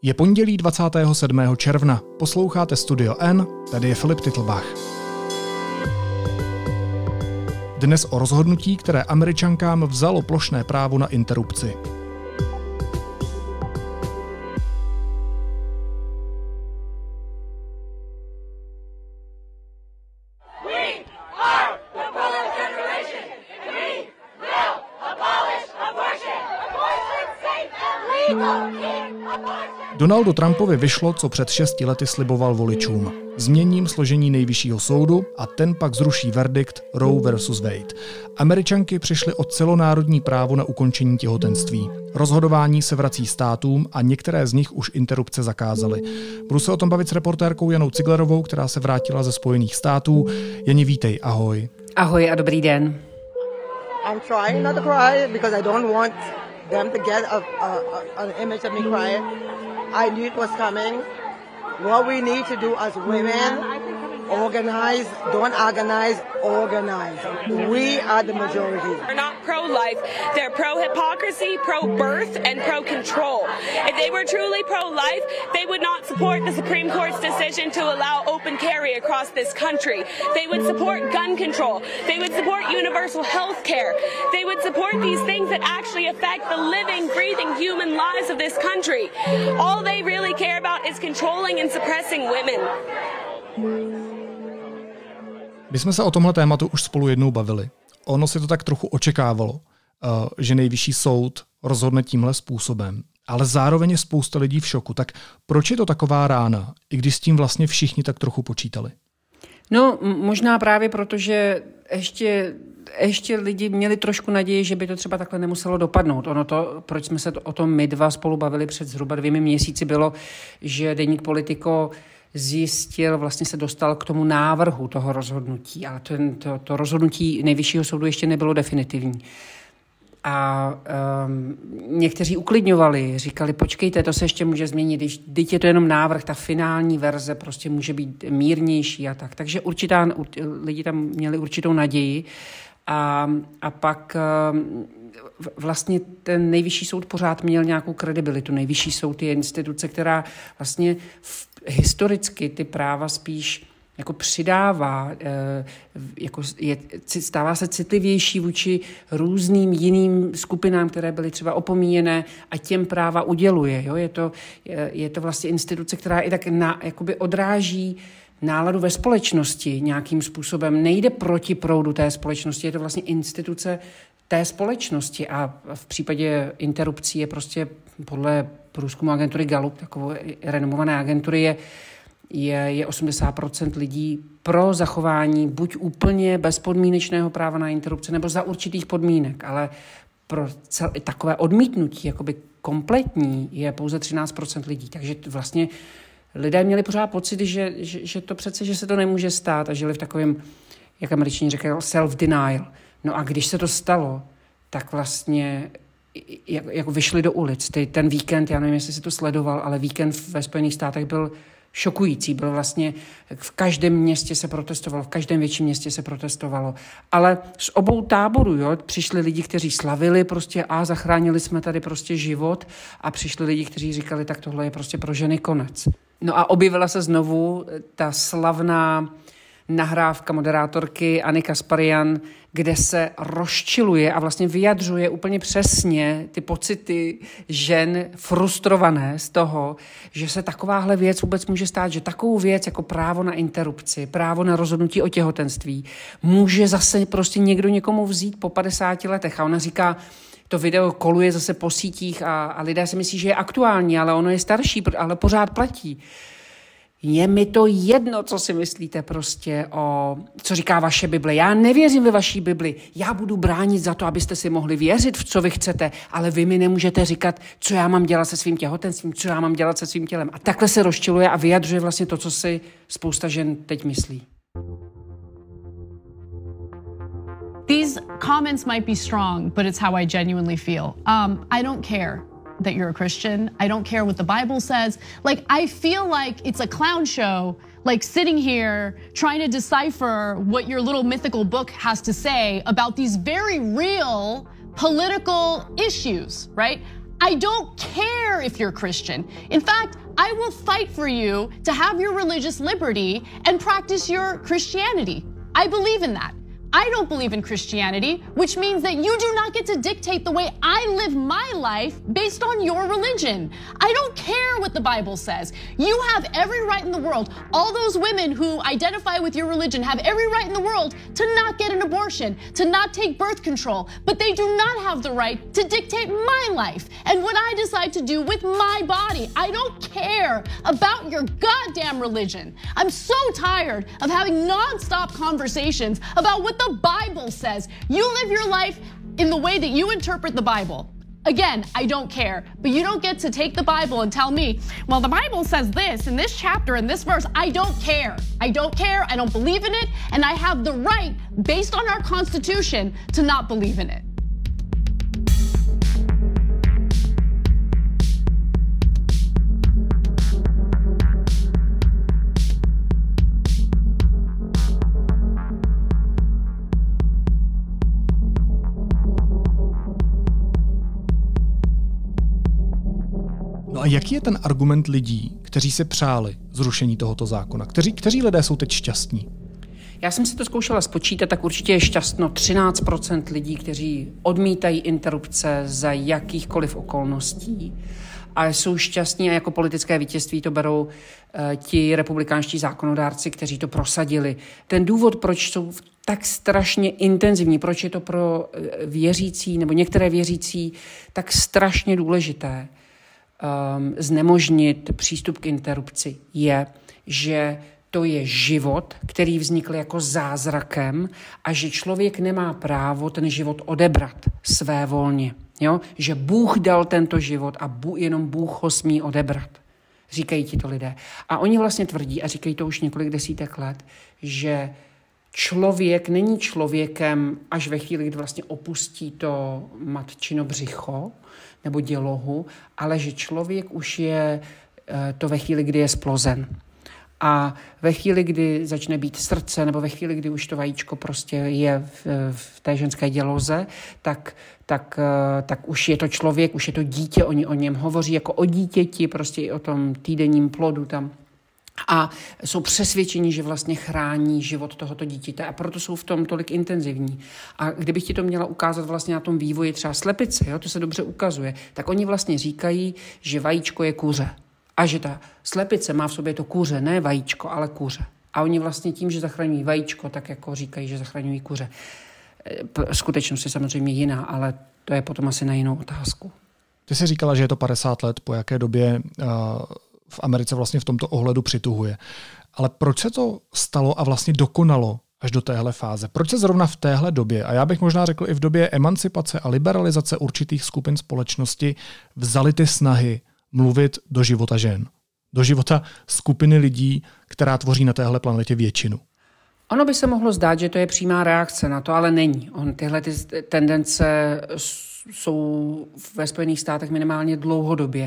Je pondělí 27. června. Posloucháte Studio N, tady je Filip Titlbach. Dnes o rozhodnutí, které Američankám vzalo plošné právo na interrupci. Donaldu Trumpovi vyšlo, co před 6 lety sliboval voličům. Změním složení nejvyššího soudu a ten pak zruší verdikt Roe versus Wade. Američanky přišly o celonárodní právo na ukončení těhotenství. Rozhodování se vrací státům a některé z nich už interrupce zakázaly. Budu se o tom bavit s reportérkou Janou Ciglerovou, která se vrátila ze Spojených států. Jani, vítej, ahoj. Ahoj a dobrý den. I'm trying not to cry because I don't want them to get an image of me crying. I knew it was coming. What we need to do as women, organize, don't agonize, organize. We are the majority. They're not pro-life. They're pro-hypocrisy, pro-birth, and pro-control. If they were truly pro-life, they would not support the Supreme Court's decision to allow open carry across this country. They would support gun control. They would support universal health care. They would support these things that actually affect the living, breathing human lives of this country. All they really care about is controlling and suppressing women. My jsme se o tomhle tématu už spolu jednou bavili. Ono si to tak trochu očekávalo, že nejvyšší soud rozhodne tímhle způsobem. Ale zároveň je spousta lidí v šoku. Tak proč je to taková rána, i když s tím vlastně všichni tak trochu počítali? No, možná právě proto, že ještě lidi měli trošku naději, že by to třeba takhle nemuselo dopadnout. Ono to, proč jsme se o tom my dva spolu bavili před zhruba 2 měsíci, bylo, že deník Politico zjistil, vlastně se dostal k tomu návrhu toho rozhodnutí, ale to rozhodnutí nejvyššího soudu ještě nebylo definitivní. A někteří uklidňovali, říkali, počkejte, to se ještě může změnit, když je to jenom návrh, ta finální verze prostě může být mírnější a tak. Takže lidi tam měli určitou naději a pak vlastně ten nejvyšší soud pořád měl nějakou kredibilitu. Nejvyšší soud je instituce, která vlastně historicky ty práva spíš jako přidává, stává se citlivější vůči různým jiným skupinám, které byly třeba opomíjené a těm práva uděluje. Jo? Je to vlastně instituce, která i tak jakoby odráží náladu ve společnosti nějakým způsobem. Nejde proti proudu té společnosti, je to vlastně instituce té společnosti a v případě interrupcí je prostě podle průzkumu agentury Gallup, takové renomované agentury, je 80% lidí pro zachování buď úplně bezpodmínečného práva na interrupce nebo za určitých podmínek, ale pro takové odmítnutí, jakoby kompletní, je pouze 13% lidí. Takže vlastně lidé měli pořád pocit, že to přece, že se to nemůže stát a žili v takovém, jak Američané říkají, self-denial. No a když se to stalo, tak vlastně jako vyšli do ulic. Ten víkend, já nevím, jestli jsi to sledoval, ale víkend ve Spojených státech byl šokující. Byl vlastně v každém městě se protestovalo, v každém větším městě se protestovalo. Ale z obou táborů, jo, přišli lidi, kteří slavili prostě a zachránili jsme tady prostě život a přišli lidi, kteří říkali, tak tohle je prostě pro ženy konec. No a objevila se znovu ta slavná nahrávka moderátorky Anny Kasparian, kde se rozčiluje a vlastně vyjadřuje úplně přesně ty pocity žen frustrované z toho, že se takováhle věc vůbec může stát, že takovou věc jako právo na interrupci, právo na rozhodnutí o těhotenství může zase prostě někdo někomu vzít po 50 letech. A ona říká, to video koluje zase po sítích a lidé si myslí, že je aktuální, ale ono je starší, ale pořád platí. Je mi to jedno, co si myslíte prostě co říká vaše Bible. Já nevěřím ve vaší Bibli. Já budu bránit za to, abyste si mohli věřit, v co vy chcete, ale vy mi nemůžete říkat, co já mám dělat se svým těhotenstvím, co já mám dělat se svým tělem. A takhle se rozčiluje a vyjadřuje vlastně to, co si spousta žen teď myslí. These comments might be strong, but it's how I genuinely feel. I don't care that you're a Christian. I don't care what the Bible says. Like, I feel like it's a clown show, like sitting here trying to decipher what your little mythical book has to say about these very real political issues, right? I don't care if you're Christian. In fact, I will fight for you to have your religious liberty and practice your Christianity. I believe in that. I don't believe in Christianity, which means that you do not get to dictate the way I live my life based on your religion. I don't care what the Bible says. You have every right in the world. All those women who identify with your religion have every right in the world to not get an abortion, to not take birth control, but they do not have the right to dictate my life and what I decide to do with my body. I don't care about your goddamn religion. I'm so tired of having nonstop conversations about what the Bible says. You live your life in the way that you interpret the Bible. Again, I don't care, but you don't get to take the Bible and tell me, well, the Bible says this in this chapter and this verse. I don't care. I don't care. I don't believe in it. And I have the right, based on our Constitution, to not believe in it. No a jaký je ten argument lidí, kteří si přáli zrušení tohoto zákona? Kteří lidé jsou teď šťastní? Já jsem si to zkoušela spočítat, tak určitě je šťastno 13% lidí, kteří odmítají interrupce za jakýchkoliv okolností a jsou šťastní a jako politické vítězství to berou ti republikánští zákonodárci, kteří to prosadili. Ten důvod, proč jsou tak strašně intenzivní, proč je to pro věřící nebo některé věřící tak strašně důležité, znemožnit přístup k interrupci, je, že to je život, který vznikl jako zázrakem a že člověk nemá právo ten život odebrat svévolně. Jo? Že Bůh dal tento život a jenom Bůh ho smí odebrat. Říkají ti to lidé. A oni vlastně tvrdí, a říkají to už několik desítek let, že člověk není člověkem až ve chvíli, kdy vlastně opustí to matčino břicho nebo dělohu, ale že člověk už je to ve chvíli, kdy je splozen. A ve chvíli, kdy začne být srdce, nebo ve chvíli, kdy už to vajíčko prostě je v té ženské děloze, tak už je to člověk, už je to dítě, oni o něm hovoří jako o dítěti, prostě i o tom týdenním plodu tam. A jsou přesvědčeni, že vlastně chrání život tohoto dítěte a proto jsou v tom tolik intenzivní. A kdybych ti to měla ukázat vlastně na tom vývoji třeba slepice, jo, to se dobře ukazuje, tak oni vlastně říkají, že vajíčko je kuře. A že ta slepice má v sobě to kuře, ne vajíčko, ale kuře. A oni vlastně tím, že zachraňují vajíčko, tak jako říkají, že zachraňují kuře. Skutečnost je samozřejmě jiná, ale to je potom asi na jinou otázku. Ty jsi říkala, že je to 50 let, po jaké době v Americe vlastně v tomto ohledu přituhuje. Ale proč se to stalo a vlastně dokonalo až do téhle fáze? Proč se zrovna v téhle době, a já bych možná řekl i v době emancipace a liberalizace určitých skupin společnosti, vzaly ty snahy mluvit do života žen? Do života skupiny lidí, která tvoří na téhle planetě většinu? Ono by se mohlo zdát, že to je přímá reakce na to, ale není. Tyhle tendence jsou ve Spojených státech minimálně dlouhodobě.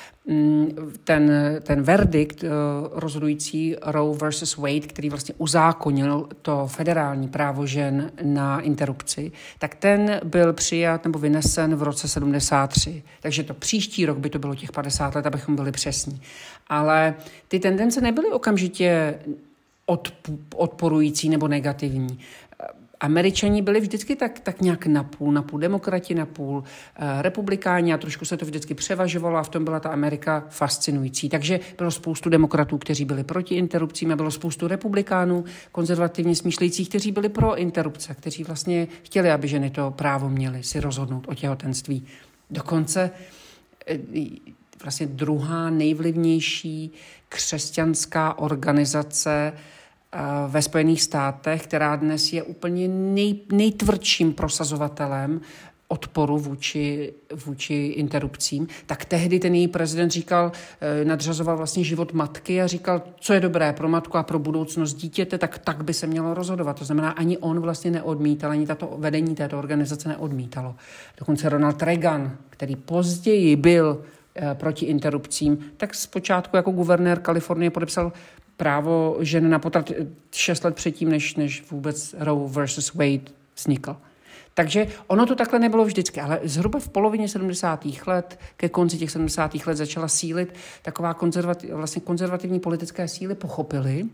Ten verdikt rozhodující Roe versus Wade, který vlastně uzákonil to federální právo žen na interrupci, tak ten byl přijat nebo vynesen v roce 73. Takže to příští rok by to bylo těch 50 let, abychom byli přesní. Ale ty tendence nebyly okamžitě odporující nebo negativní. Američani byli vždycky tak nějak napůl demokrati, napůl republikáni a trošku se to vždycky převažovalo a v tom byla ta Amerika fascinující. Takže bylo spoustu demokratů, kteří byli proti interrupcím a bylo spoustu republikánů, konzervativně smýšlejících, kteří byli pro interrupce, kteří vlastně chtěli, aby ženy to právo měly si rozhodnout o těhotenství. Dokonce vlastně druhá nejvlivnější křesťanská organizace ve Spojených státech, která dnes je úplně nejtvrdším prosazovatelem odporu vůči interrupcím, tak tehdy ten její prezident nadřazoval vlastně život matky a říkal, co je dobré pro matku a pro budoucnost dítěte, tak by se mělo rozhodovat. To znamená, ani on vlastně neodmítal, ani tato vedení této organizace neodmítalo. Dokonce Ronald Reagan, který později byl proti interrupcím, tak zpočátku jako guvernér Kalifornie podepsal právo žen na potrat 6 let předtím, než vůbec Roe versus Wade vznikl. Takže ono to takhle nebylo vždycky, ale zhruba v polovině 70. let, ke konci těch 70. let začala sílit taková konzervativní politické síly, pochopily,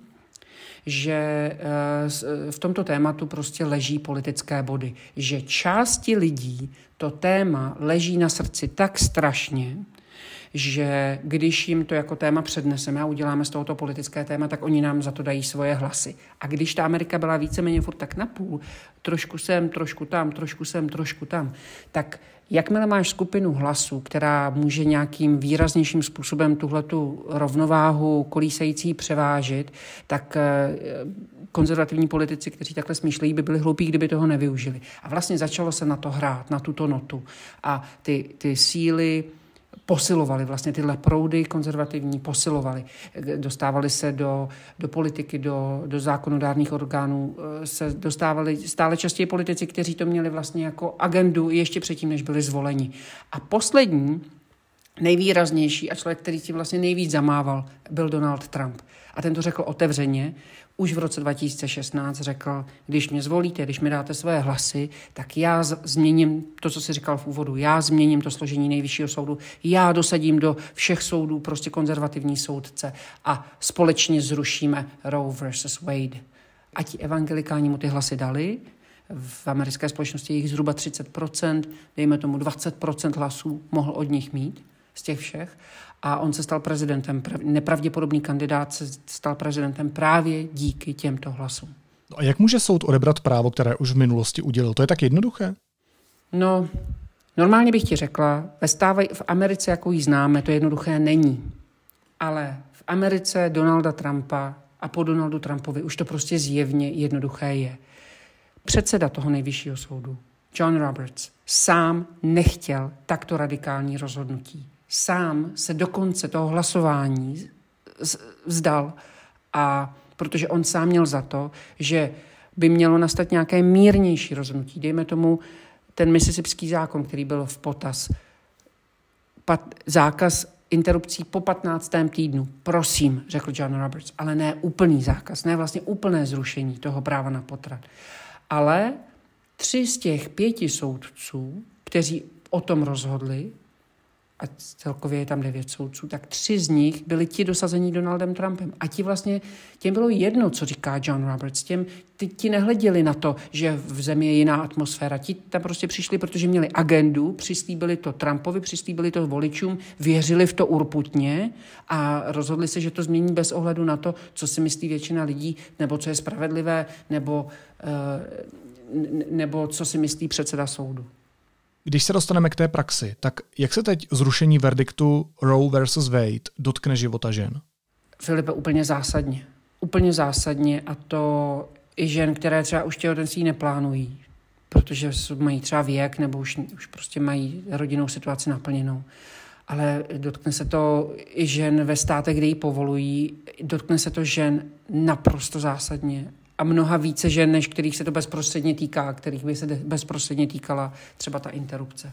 že v tomto tématu prostě leží politické body. Že části lidí to téma leží na srdci tak strašně, že když jim to jako téma předneseme a uděláme z tohoto politické téma, tak oni nám za to dají svoje hlasy. A když ta Amerika byla víceméně furt tak napůl, trošku sem, trošku tam, trošku sem, trošku tam, tak jakmile máš skupinu hlasů, která může nějakým výraznějším způsobem tuhletu rovnováhu kolísající převážit, tak konzervativní politici, kteří takhle smýšlejí, by byli hloupí, kdyby toho nevyužili. A vlastně začalo se na to hrát, na tuto notu. A ty síly posilovali, vlastně tyhle proudy konzervativní posilovali. Dostávali se do politiky, do zákonodárných orgánů, se dostávali stále častěji politici, kteří to měli vlastně jako agendu ještě předtím, než byli zvoleni. A poslední, nejvýraznější a člověk, který tím vlastně nejvíc zamával, byl Donald Trump. A ten to řekl otevřeně. Už v roce 2016 řekl, když mě zvolíte, když mi dáte své hlasy, tak já změním to, co jsi říkal v úvodu, já změním to složení nejvyššího soudu, já dosadím do všech soudů prostě konzervativní soudce a společně zrušíme Roe versus Wade. A ti evangelikáni mu ty hlasy dali, v americké společnosti je jich zhruba 30%, dejme tomu 20% hlasů mohl od nich mít z těch všech. A on se stal prezidentem, nepravděpodobný kandidát se stal prezidentem právě díky těmto hlasům. No a jak může soud odebrat právo, které už v minulosti udělil? To je tak jednoduché? No, normálně bych ti řekla, v Americe, jakou ji známe, to jednoduché není. Ale v Americe Donalda Trumpa a po Donaldu Trumpovi už to prostě zjevně jednoduché je. Předseda toho nejvyššího soudu, John Roberts, sám nechtěl takto radikální rozhodnutí. Sám se do konce toho hlasování vzdal, a protože on sám měl za to, že by mělo nastat nějaké mírnější rozhodnutí. Dejme tomu ten Mississipský zákon, který byl v potaz. Zákaz interrupcí po 15. týdnu. Prosím, řekl John Roberts, ale ne úplný zákaz, ne vlastně úplné zrušení toho práva na potrat. Ale 3 z těch 5 soudců, kteří o tom rozhodli, a celkově je tam 9 soudců, tak 3 z nich byli ti dosazení Donaldem Trumpem. A těm bylo jedno, co říká John Roberts. Ti nehleděli na to, že v zemi je jiná atmosféra. Ti tam prostě přišli, protože měli agendu, přislíbili to Trumpovi, přislíbili to voličům, věřili v to urputně a rozhodli se, že to změní bez ohledu na to, co si myslí většina lidí, nebo co je spravedlivé, nebo co si myslí předseda soudu. Když se dostaneme k té praxi, tak jak se teď zrušení verdiktu Roe versus Wade dotkne života žen? Filipe, úplně zásadně. Úplně zásadně, a to i žen, které třeba už těhotenství neplánují, protože mají třeba věk nebo už prostě mají rodinnou situaci naplněnou. Ale dotkne se to i žen ve státech, kde ji povolují, dotkne se to žen naprosto zásadně. A mnoha více žen, než kterých se to bezprostředně týká, kterých by se bezprostředně týkala třeba ta interrupce.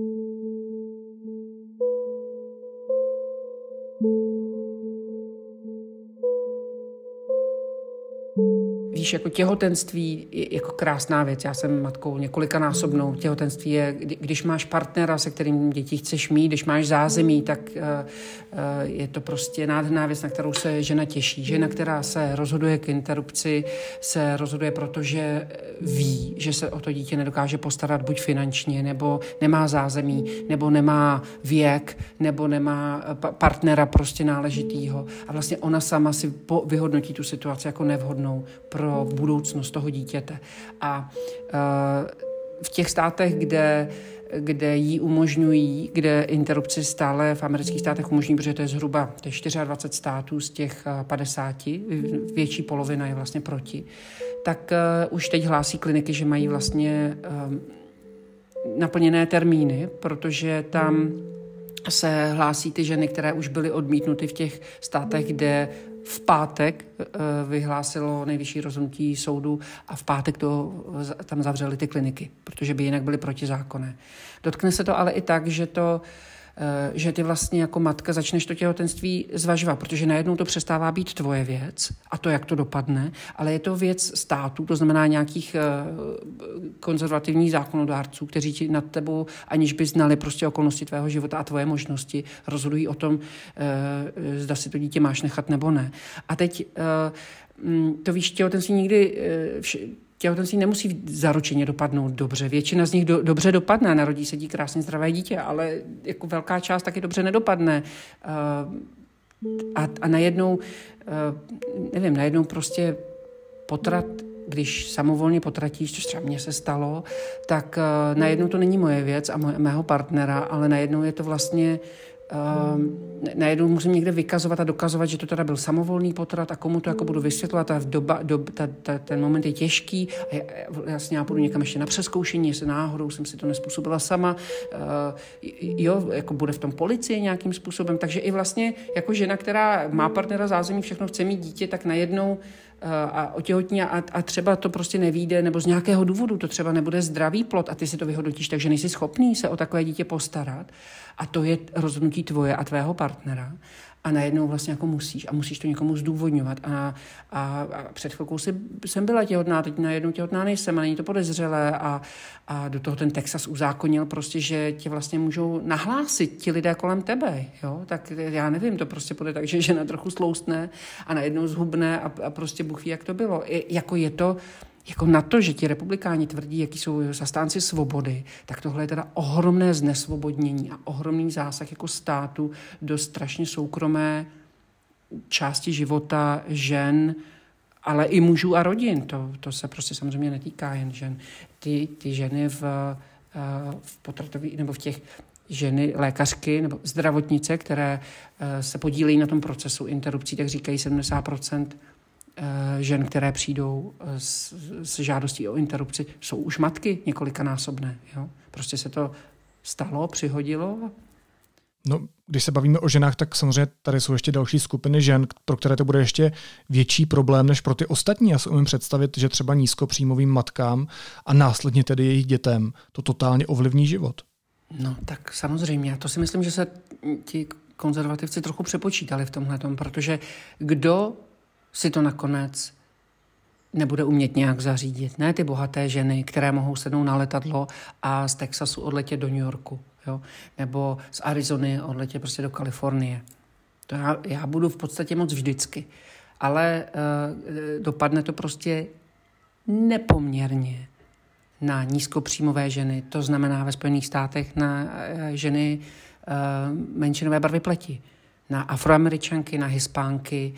Víš, jako těhotenství je jako krásná věc. Já jsem matkou několikanásobnou. Těhotenství je, když máš partnera, se kterým děti chceš mít, když máš zázemí, tak je to prostě nádherná věc, na kterou se žena těší. Žena, která se rozhoduje k interrupci, se rozhoduje, protože ví, že se o to dítě nedokáže postarat buď finančně, nebo nemá zázemí, nebo nemá věk, nebo nemá partnera prostě náležitýho. A vlastně ona sama si vyhodnotí tu situaci jako nevhodnou pro budoucnost toho dítěte. A v těch státech, kde ji umožňují, kde interrupci stále v amerických státech umožňují, protože to je zhruba 24 států z těch 50, větší polovina je vlastně proti, tak už teď hlásí kliniky, že mají vlastně naplněné termíny, protože tam se hlásí ty ženy, které už byly odmítnuty v těch státech, kde v pátek vyhlásilo nejvyšší rozhodnutí soudu a v pátek tam zavřeli ty kliniky, protože by jinak byly protizákonné. Dotkne se to ale i tak, že to že ty vlastně jako matka začneš to těhotenství zvažovat, protože najednou to přestává být tvoje věc a to, jak to dopadne, ale je to věc státu, to znamená nějakých konzervativních zákonodárců, kteří ti nad tebou, aniž by znali prostě okolnosti tvého života a tvoje možnosti, rozhodují o tom, zda si to dítě máš nechat nebo ne. A teď to víš, těhotenství nikdy... Těhotenství nemusí zaručeně dopadnout dobře. Většina z nich dobře dopadne, narodí se ti krásně zdravé dítě, ale jako velká část taky dobře nedopadne. A najednou, najednou prostě potrat, když samovolně potratíš, což třeba mně se stalo, tak najednou to není moje věc a mého partnera, ale najednou je to vlastně... najednou musím někde vykazovat a dokazovat, že to teda byl samovolný potrat a komu to jako budu vysvětlovat a ten moment je těžký a já půjdu někam ještě na přezkoušení, jestli náhodou jsem si to nezpůsobila sama, jako bude v tom policie nějakým způsobem, takže i vlastně jako žena, která má partnera, zázemí, všechno chce mít dítě, tak najednou a otěhotní a třeba to prostě nevyjde, nebo z nějakého důvodu to třeba nebude zdravý plod a ty si to vyhodnotíš, takže nejsi schopný se o takové dítě postarat a to je rozhodnutí tvoje a tvého partnera a najednou vlastně jako musíš to někomu zdůvodňovat a před chvilkou jsem byla těhotná, teď najednou těhotná nejsem a není to podezřelé a do toho ten Texas uzákonil prostě, že tě vlastně můžou nahlásit ti lidé kolem tebe, jo, tak já nevím, to prostě bude tak, že žena trochu sloustne a najednou zhubne a prostě Bůh ví, jak to bylo. Jako je to jako na to, že ti republikáni tvrdí, jaký jsou zastánci svobody, tak tohle je teda ohromné znesvobodnění a ohromný zásah jako státu do strašně soukromé části života žen, ale i mužů a rodin. To se prostě samozřejmě netýká jen žen. Ty ženy v potratových nebo v těch ženy, lékařky nebo zdravotnice, které se podílejí na tom procesu interrupcí, tak říkají 70% žen, které přijdou s žádostí o interrupci, jsou už matky několikanásobné. Jo? Prostě se to stalo, přihodilo. No, když se bavíme o ženách, tak samozřejmě tady jsou ještě další skupiny žen, pro které to bude ještě větší problém než pro ty ostatní. Já si umím představit, že třeba nízkopříjmovým matkám a následně tedy jejich dětem to totálně ovlivní život. No, tak samozřejmě. A to si myslím, že se ti konzervativci trochu přepočítali v tomhletom, protože kdo si to nakonec nebude umět nějak zařídit. Ne ty bohaté ženy, které mohou sednout na letadlo a z Texasu odletět do New Yorku, jo? Nebo z Arizony odletět prostě do Kalifornie. To já budu v podstatě moc vždycky. Ale dopadne to prostě nepoměrně na nízkopříjmové ženy. To znamená ve Spojených státech na ženy menšinové barvy pleti. Na Afroameričanky, na Hispánky,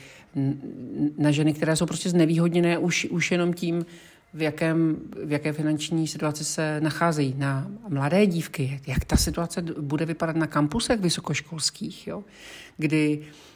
na ženy, které jsou prostě znevýhodněné už jenom tím, v jaké finanční situaci se nacházejí. Na mladé dívky, jak ta situace bude vypadat na kampusech vysokoškolských, jo? Kdy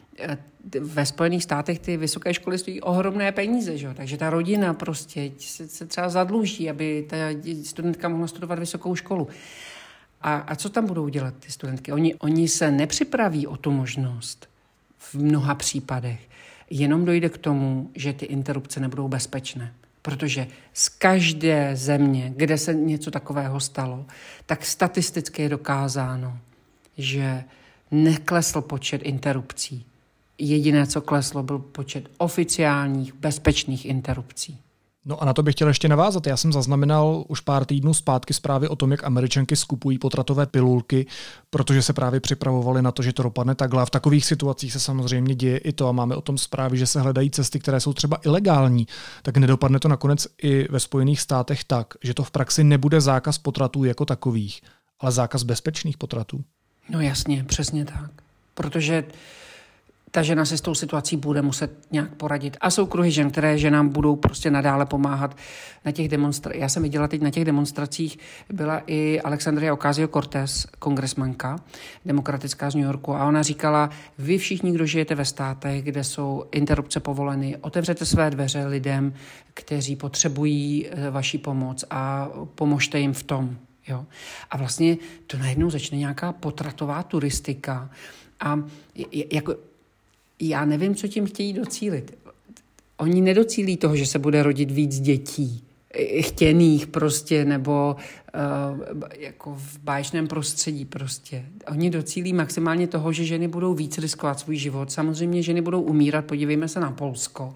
ve Spojených státech ty vysoké školy stojí ohromné peníze, že? Takže ta rodina prostě se třeba zadluží, aby ta studentka mohla studovat vysokou školu. A co tam budou dělat ty studentky? Oni se nepřipraví o tu možnost v mnoha případech. Jenom dojde k tomu, že ty interrupce nebudou bezpečné. Protože z každé země, kde se něco takového stalo, tak statisticky je dokázáno, že neklesl počet interrupcí. Jediné, co kleslo, byl počet oficiálních bezpečných interrupcí. No a na to bych chtěl ještě navázat. Já jsem zaznamenal už pár týdnů zpátky zprávy o tom, jak Američanky skupují potratové pilulky, protože se právě připravovali na to, že to dopadne takhle. A v takových situacích se samozřejmě děje i to a máme o tom zprávy, že se hledají cesty, které jsou třeba ilegální. Tak nedopadne to nakonec i ve Spojených státech tak, že to v praxi nebude zákaz potratů jako takových, ale zákaz bezpečných potratů. No jasně, přesně tak. Protože ta žena se s tou situací bude muset nějak poradit. A jsou kruhy žen, které ženám budou prostě nadále pomáhat na těch demonstracích. Já jsem viděla teď na těch demonstracích, byla i Alexandria Ocasio-Cortez, kongresmanka, demokratická z New Yorku, a ona říkala, vy všichni, kdo žijete ve státech, kde jsou interrupce povoleny, otevřete své dveře lidem, kteří potřebují vaši pomoc a pomožte jim v tom. Jo? A vlastně to najednou začne nějaká potratová turistika. A jako já nevím, co tím chtějí docílit. Oni nedocílí toho, že se bude rodit víc dětí, chtěných prostě, nebo jako v báječném prostředí prostě. Oni docílí maximálně toho, že ženy budou víc riskovat svůj život. Samozřejmě ženy budou umírat, podívejme se na Polsko.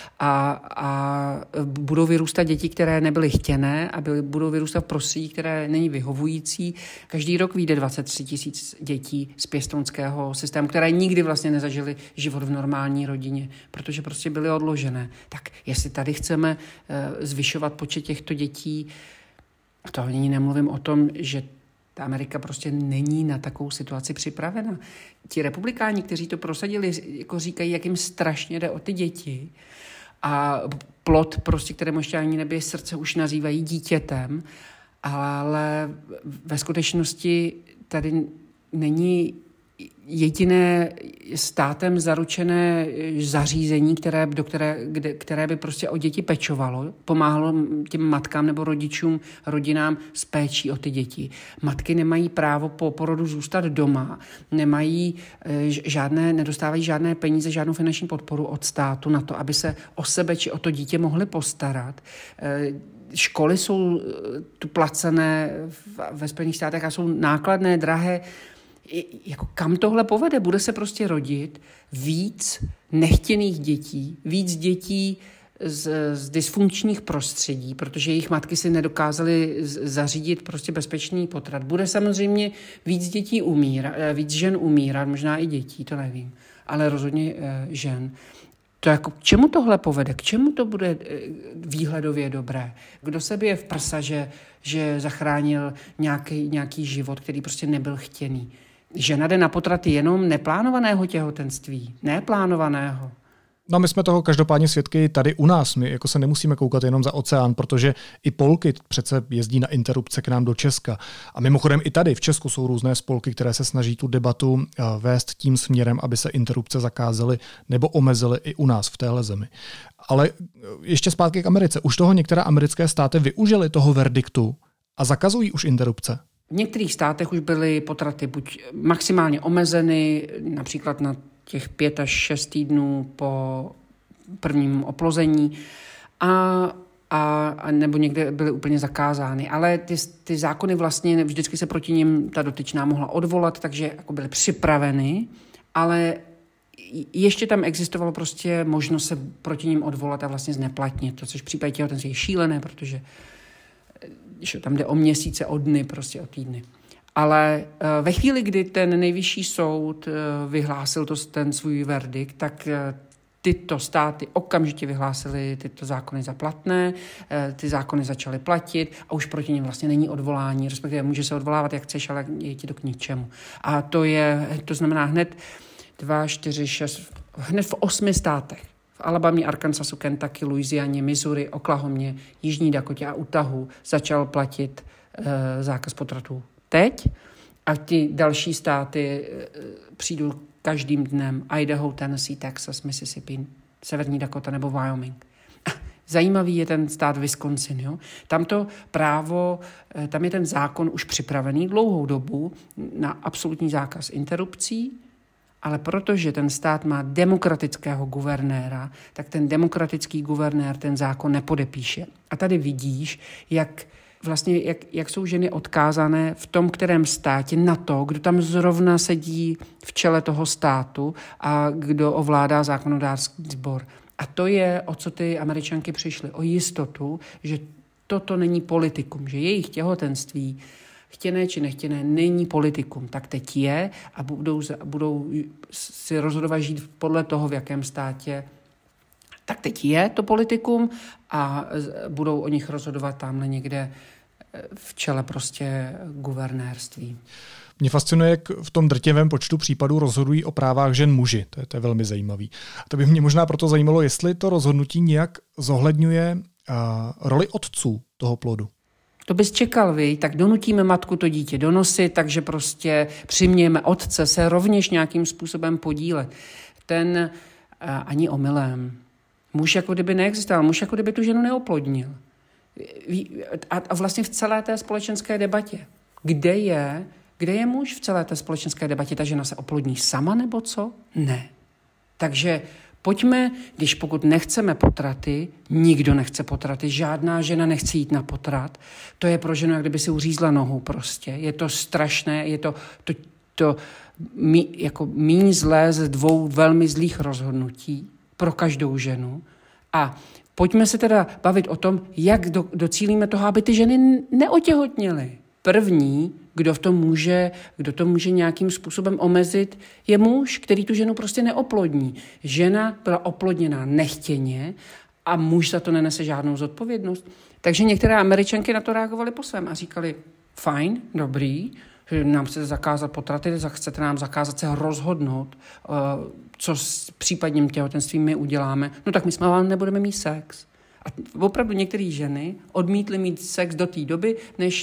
A budou vyrůstat děti, které nebyly chtěné, a budou vyrůstat v prostředí, které není vyhovující. Každý rok vyjde 23 000 dětí z pěstounského systému, které nikdy vlastně nezažily život v normální rodině, protože prostě byly odložené. Tak jestli tady chceme zvyšovat počet těchto dětí, a to ani nemluvím o tom, že ta Amerika prostě není na takovou situaci připravena. Ti republikáni, kteří to prosadili, jako říkají, jak jim strašně jde o ty děti, a plod, prostě, kterému ještě ani nebije srdce, už nazývají dítětem, ale ve skutečnosti tady není jediné státem zaručené zařízení, které by prostě o děti pečovalo, pomáhalo těm matkám nebo rodičům, rodinám s péčí o ty děti. Matky nemají právo po porodu zůstat doma, nedostávají žádné peníze, žádnou finanční podporu od státu na to, aby se o sebe či o to dítě mohly postarat. Školy jsou tu placené ve Spojených státech a jsou nákladné, drahé. Jako kam tohle povede? Bude se prostě rodit víc nechtěných dětí, víc dětí z dysfunkčních prostředí, protože jejich matky si nedokázaly zařídit prostě bezpečný potrat. Bude samozřejmě víc dětí víc žen umírat, možná i dětí, to nevím, ale rozhodně žen. To jako, k čemu tohle povede? K čemu to bude výhledově dobré? Kdo se bije v prsa, že zachránil nějaký život, který prostě nebyl chtěný? Žena jde na potrat jenom neplánovaného těhotenství, neplánovaného. No my jsme toho každopádně svědky tady u nás. My jako se nemusíme koukat jenom za oceán, protože i Polky přece jezdí na interrupce k nám do Česka. A mimochodem i tady v Česku jsou různé spolky, které se snaží tu debatu vést tím směrem, aby se interrupce zakázaly nebo omezily i u nás v téhle zemi. Ale ještě zpátky k Americe. Už toho některé americké státy využily toho verdiktu a zakazují už interrupce? V některých státech už byly potraty buď maximálně omezeny, například na těch 5 až 6 týdnů po prvním oplození, a nebo někde byly úplně zakázány. Ale ty zákony vlastně vždycky se proti nim ta dotyčná mohla odvolat, takže jako byly připraveny, ale ještě tam existovalo prostě možnost se proti nim odvolat a vlastně zneplatnit. To, což v případě těhotenství je šílené, protože tam jde o měsíce, o dny, prostě o týdny. Ale ve chvíli, kdy ten nejvyšší soud vyhlásil ten svůj verdikt, tak tyto státy okamžitě vyhlásily tyto zákony za platné, ty zákony začaly platit a už proti nim vlastně není odvolání, respektive může se odvolávat, jak chceš, ale je ti to k ničemu. A to znamená hned 2, 4, 6, hned v 8 státech. V Alabamě, Arkansasu, Kentucky, Louisianě, Missouri, Oklahomě, Jižní Dakotě a Utahu začal platit zákaz potratů teď a ty další státy přijdou každým dnem. Idaho, Tennessee, Texas, Mississippi, Severní Dakota nebo Wyoming. Zajímavý je ten stát Wisconsin. Jo? Tamto právo, tam je ten zákon už připravený dlouhou dobu na absolutní zákaz interrupcí, ale protože ten stát má demokratického guvernéra, tak ten demokratický guvernér ten zákon nepodepíše. A tady vidíš, jak jsou ženy odkázané v tom kterém státě na to, kdo tam zrovna sedí v čele toho státu a kdo ovládá zákonodárský sbor. A to je, o co ty Američanky přišly. O jistotu, že toto není politikum, že jejich těhotenství, chtěné či nechtěné, není politikum. Tak teď je a budou si rozhodovat žít podle toho, v jakém státě. Tak teď je to politikum a budou o nich rozhodovat tamhle někde v čele prostě guvernérství. Mě fascinuje, jak v tom drtivém počtu případů rozhodují o právách žen muži. To je velmi zajímavý. To by mě možná proto zajímalo, jestli to rozhodnutí nějak zohledňuje roli otců toho plodu. To bys čekal, tak donutíme matku to dítě donosit, takže prostě přimějeme otce se rovněž nějakým způsobem podílet. Ten ani omylem. Muž jako kdyby neexistoval, muž jako kdyby tu ženu neoplodnil. A vlastně v celé té společenské debatě. Kde je muž v celé té společenské debatě? Ta žena se oplodní sama nebo co? Ne. Takže Pojďme, když pokud nechceme potraty, nikdo nechce potraty, žádná žena nechce jít na potrat, to je pro ženu, jak kdyby si uřízla nohu prostě. Je to strašné, je to jako míň zlé ze 2 velmi zlých rozhodnutí pro každou ženu. A pojďme se teda bavit o tom, jak docílíme toho, aby ty ženy neotěhotněly. První, kdo to může nějakým způsobem omezit, je muž, který tu ženu prostě neoplodní. Žena byla oplodněná nechtěně a muž za to nenese žádnou zodpovědnost. Takže některé Američanky na to reagovaly po svém a říkali, fajn, dobrý, že nám chcete zakázat potraty, chcete nám zakázat se rozhodnout, co s případním těhotenstvím my uděláme, no tak my s vámi nebudeme mít sex. A opravdu některé ženy odmítly mít sex do té doby,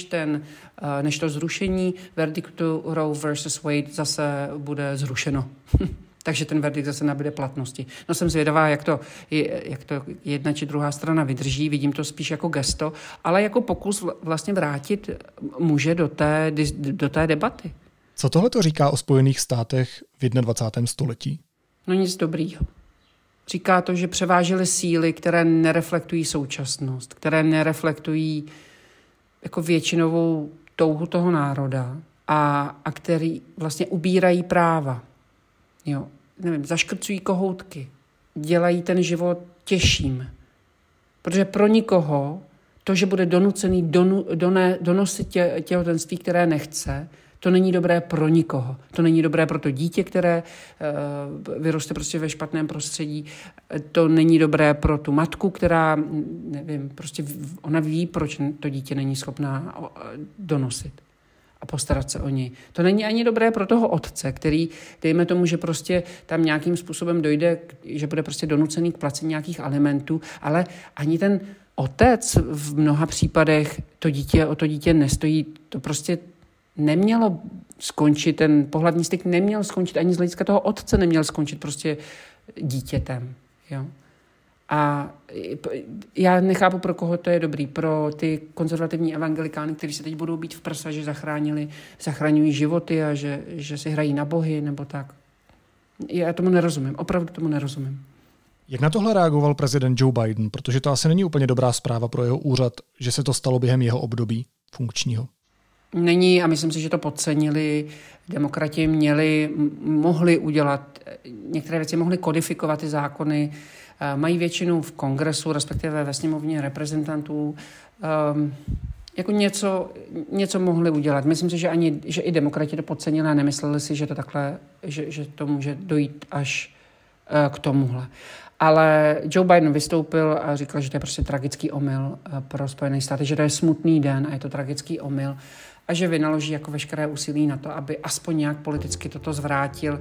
než to zrušení verdiktu Roe versus Wade zase bude zrušeno. Takže ten verdikt zase nabude platnosti. No jsem zvědavá, jak to jedna či druhá strana vydrží, vidím to spíš jako gesto, ale jako pokus vlastně vrátit muže do té debaty. Co tohle to říká o Spojených státech v 21. století? No nic dobrýho. Říká to, že převážily síly, které nereflektují současnost, které nereflektují jako většinovou touhu toho národa a který vlastně ubírají práva. Jo, nevím, zaškrcují kohoutky, dělají ten život těžším. Protože pro nikoho to, že bude donucený donosit těhotenství, které nechce, to není dobré pro nikoho. To není dobré pro to dítě, které vyroste prostě ve špatném prostředí. To není dobré pro tu matku, která, nevím, prostě ona ví, proč to dítě není schopná donosit a postarat se o něj. To není ani dobré pro toho otce, který, dejme tomu, že prostě tam nějakým způsobem dojde, že bude prostě donucený k placení nějakých alimentů, ale ani ten otec v mnoha případech o to dítě nestojí. To prostě nemělo skončit, ten pohlavní styk neměl skončit, ani z hlediska toho otce neměl skončit prostě dítětem. Jo? A já nechápu, pro koho to je dobrý. Pro ty konzervativní evangelikány, kteří se teď budou bít v prsa, že zachraňují životy a že si hrají na bohy nebo tak. Já tomu nerozumím, opravdu tomu nerozumím. Jak na tohle reagoval prezident Joe Biden? Protože to asi není úplně dobrá zpráva pro jeho úřad, že se to stalo během jeho období funkčního. Není a myslím si, že to podcenili. Demokrati mohli udělat, některé věci mohli kodifikovat ty zákony, mají většinu v kongresu, respektive ve sněmovně reprezentantů. Jako něco mohli udělat. Myslím si, že i demokrati to podcenili a nemysleli si, že to takhle, že to může dojít až k tomuhle. Ale Joe Biden vystoupil a říkal, že to je prostě tragický omyl pro Spojené státy, že to je smutný den a je to tragický omyl a že vynaloží jako veškeré úsilí na to, aby aspoň nějak politicky toto zvrátil.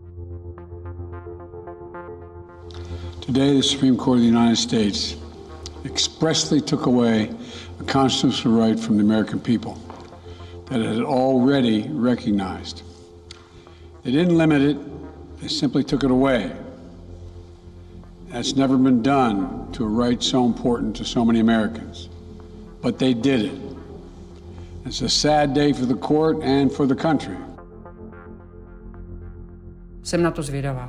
Today the Supreme Court of the United States expressly took away a constitutional right from the American people that it had already recognized. They didn't limit it, they simply took it away. That's never been done to a right so important to so many Americans. But they did it. It's a sad day for the court and for the country. Jsem na to zvědavá,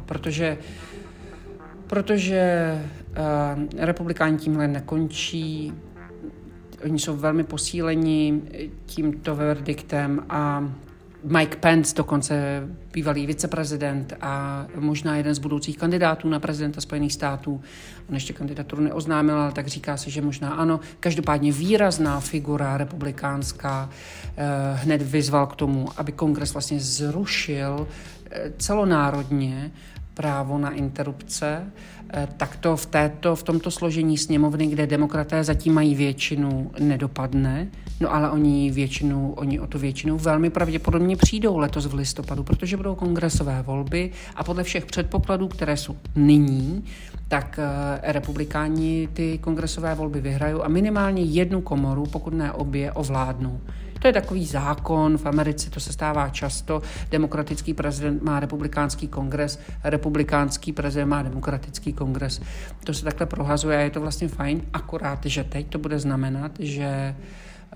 protože republikáni tímhle nekončí. Oni jsou velmi posíleni tímto verdiktem a Mike Pence, dokonce bývalý viceprezident a možná jeden z budoucích kandidátů na prezidenta Spojených států. On ještě kandidaturu neoznámil, ale tak říká se, že možná ano. Každopádně výrazná figura republikánská hned vyzval k tomu, aby kongres vlastně zrušil celonárodně právo na interrupce, tak to v tomto složení sněmovny, kde demokraté zatím mají většinu, nedopadne. No ale oni o tu většinu velmi pravděpodobně přijdou letos v listopadu, protože budou kongresové volby a podle všech předpokladů, které jsou nyní, tak republikáni ty kongresové volby vyhrajou a minimálně jednu komoru, pokud ne obě, ovládnou. To je takový zákon, v Americe to se stává často, demokratický prezident má republikánský kongres, republikánský prezident má demokratický kongres. To se takhle prohazuje a je to vlastně fajn, akorát, že teď to bude znamenat,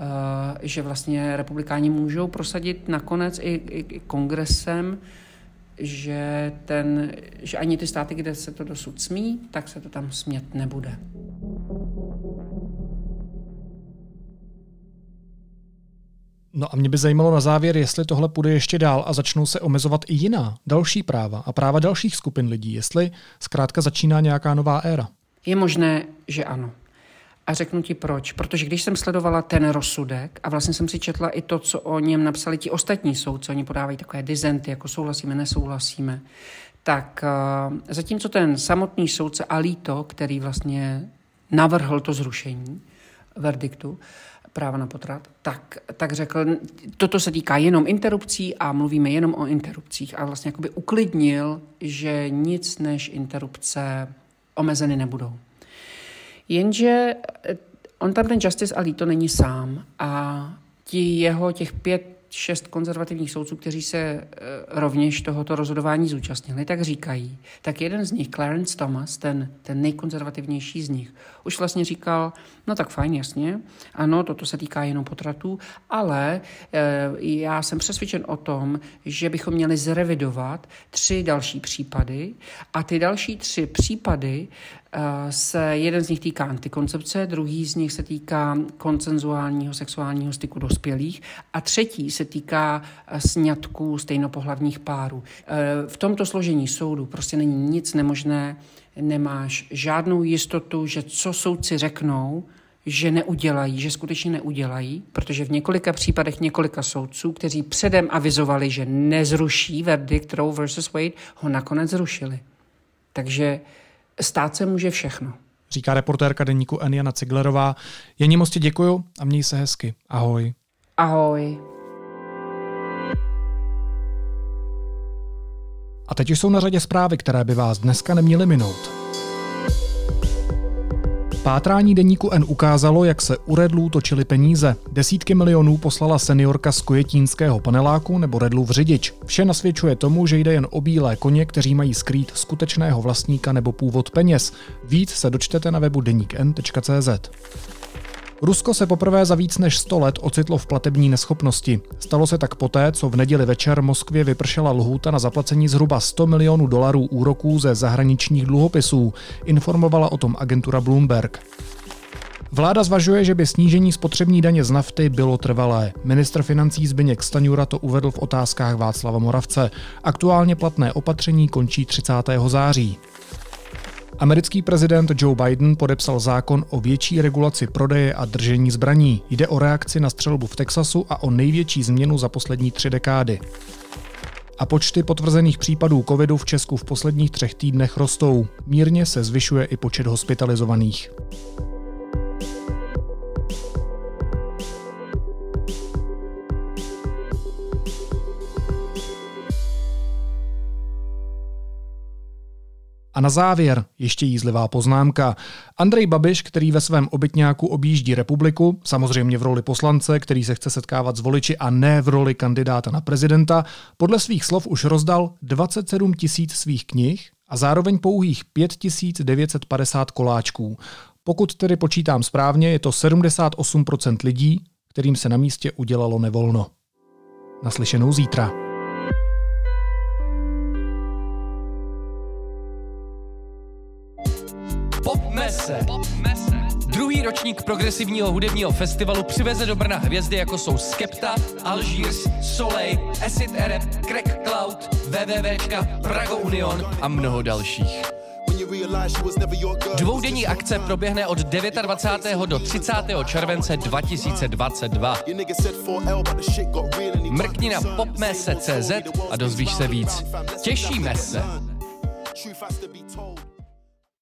že vlastně republikáni můžou prosadit nakonec i kongresem že ani ty státy, kde se to dosud smí, tak se to tam smět nebude. No a mě by zajímalo na závěr, jestli tohle půjde ještě dál a začnou se omezovat i jiná, další práva a práva dalších skupin lidí, jestli zkrátka začíná nějaká nová éra. Je možné, že ano. A řeknu ti proč. Protože když jsem sledovala ten rozsudek a vlastně jsem si četla i to, co o něm napsali ti ostatní soudci, oni podávají takové disenty, jako souhlasíme, nesouhlasíme, tak zatímco ten samotný soudce Alito, který vlastně navrhl to zrušení verdiktu, práva na potrat, tak řekl, toto se týká jenom interrupcí a mluvíme jenom o interrupcích a vlastně jakoby uklidnil, že nic než interrupce omezeny nebudou. Jenže on tam ten Justice Alito není sám a těch 5-6 konzervativních soudců, kteří se rovněž tohoto rozhodování zúčastnili, tak říkají, tak jeden z nich, Clarence Thomas, ten nejkonzervativnější z nich, už vlastně říkal, no tak fajn, jasně, ano, toto se týká jenom potratů, ale já jsem přesvědčen o tom, že bychom měli zrevidovat 3 další případy a ty další 3 případy jeden z nich týká antikoncepce, druhý z nich se týká konsenzuálního sexuálního styku dospělých a třetí se týká sňatků stejnopohlavních párů. V tomto složení soudu prostě není nic nemožné, nemáš žádnou jistotu, že co soudci řeknou, že neudělají, že skutečně neudělají, protože v několika případech několika soudců, kteří předem avizovali, že nezruší verdikt Roe versus Wade, ho nakonec zrušili. Takže stát se může všechno. Říká reportérka deníku N. Jana Ciglerová. Janí, moc ti děkuju a měj se hezky. Ahoj. Ahoj. A teď už jsou na řadě zprávy, které by vás dneska neměly minout. Pátrání deníku N ukázalo, jak se u Redlů točily peníze. Desítky milionů poslala seniorka z kojetínského paneláku nebo Redlův řidič. Vše nasvědčuje tomu, že jde jen o bílé koně, kteří mají skrýt skutečného vlastníka nebo původ peněz. Víc se dočtete na webu denikn.cz. Rusko se poprvé za víc než 100 let ocitlo v platební neschopnosti. Stalo se tak poté, co v neděli večer Moskvě vypršela lhůta na zaplacení zhruba $100 milionů úroků ze zahraničních dluhopisů, informovala o tom agentura Bloomberg. Vláda zvažuje, že by snížení spotřební daně z nafty bylo trvalé. Ministr financí Zbyněk Stanjura to uvedl v Otázkách Václava Moravce. Aktuálně platné opatření končí 30. září. Americký prezident Joe Biden podepsal zákon o větší regulaci prodeje a držení zbraní. Jde o reakci na střelbu v Texasu a o největší změnu za poslední 3 dekády. A počty potvrzených případů covidu v Česku v posledních 3 týdnech rostou. Mírně se zvyšuje i počet hospitalizovaných. A na závěr ještě jízlivá poznámka. Andrej Babiš, který ve svém obytňáku objíždí republiku, samozřejmě v roli poslance, který se chce setkávat s voliči a ne v roli kandidáta na prezidenta, podle svých slov už rozdal 27 000 svých knih a zároveň pouhých 5 950 koláčků. Pokud tedy počítám správně, je to 78% lidí, kterým se na místě udělalo nevolno. Naslyšenou zítra. Druhý ročník progresivního hudebního festivalu přiveze do Brna hvězdy, jako jsou Skepta, Algiers, Soleil, Acid Arab, Crack Cloud, WWWčka, Prago Union a mnoho dalších. Dvoudenní akce proběhne od 29. do 30. července 2022. Mrkni na popmese.cz a dozvíš se víc. Těšíme se!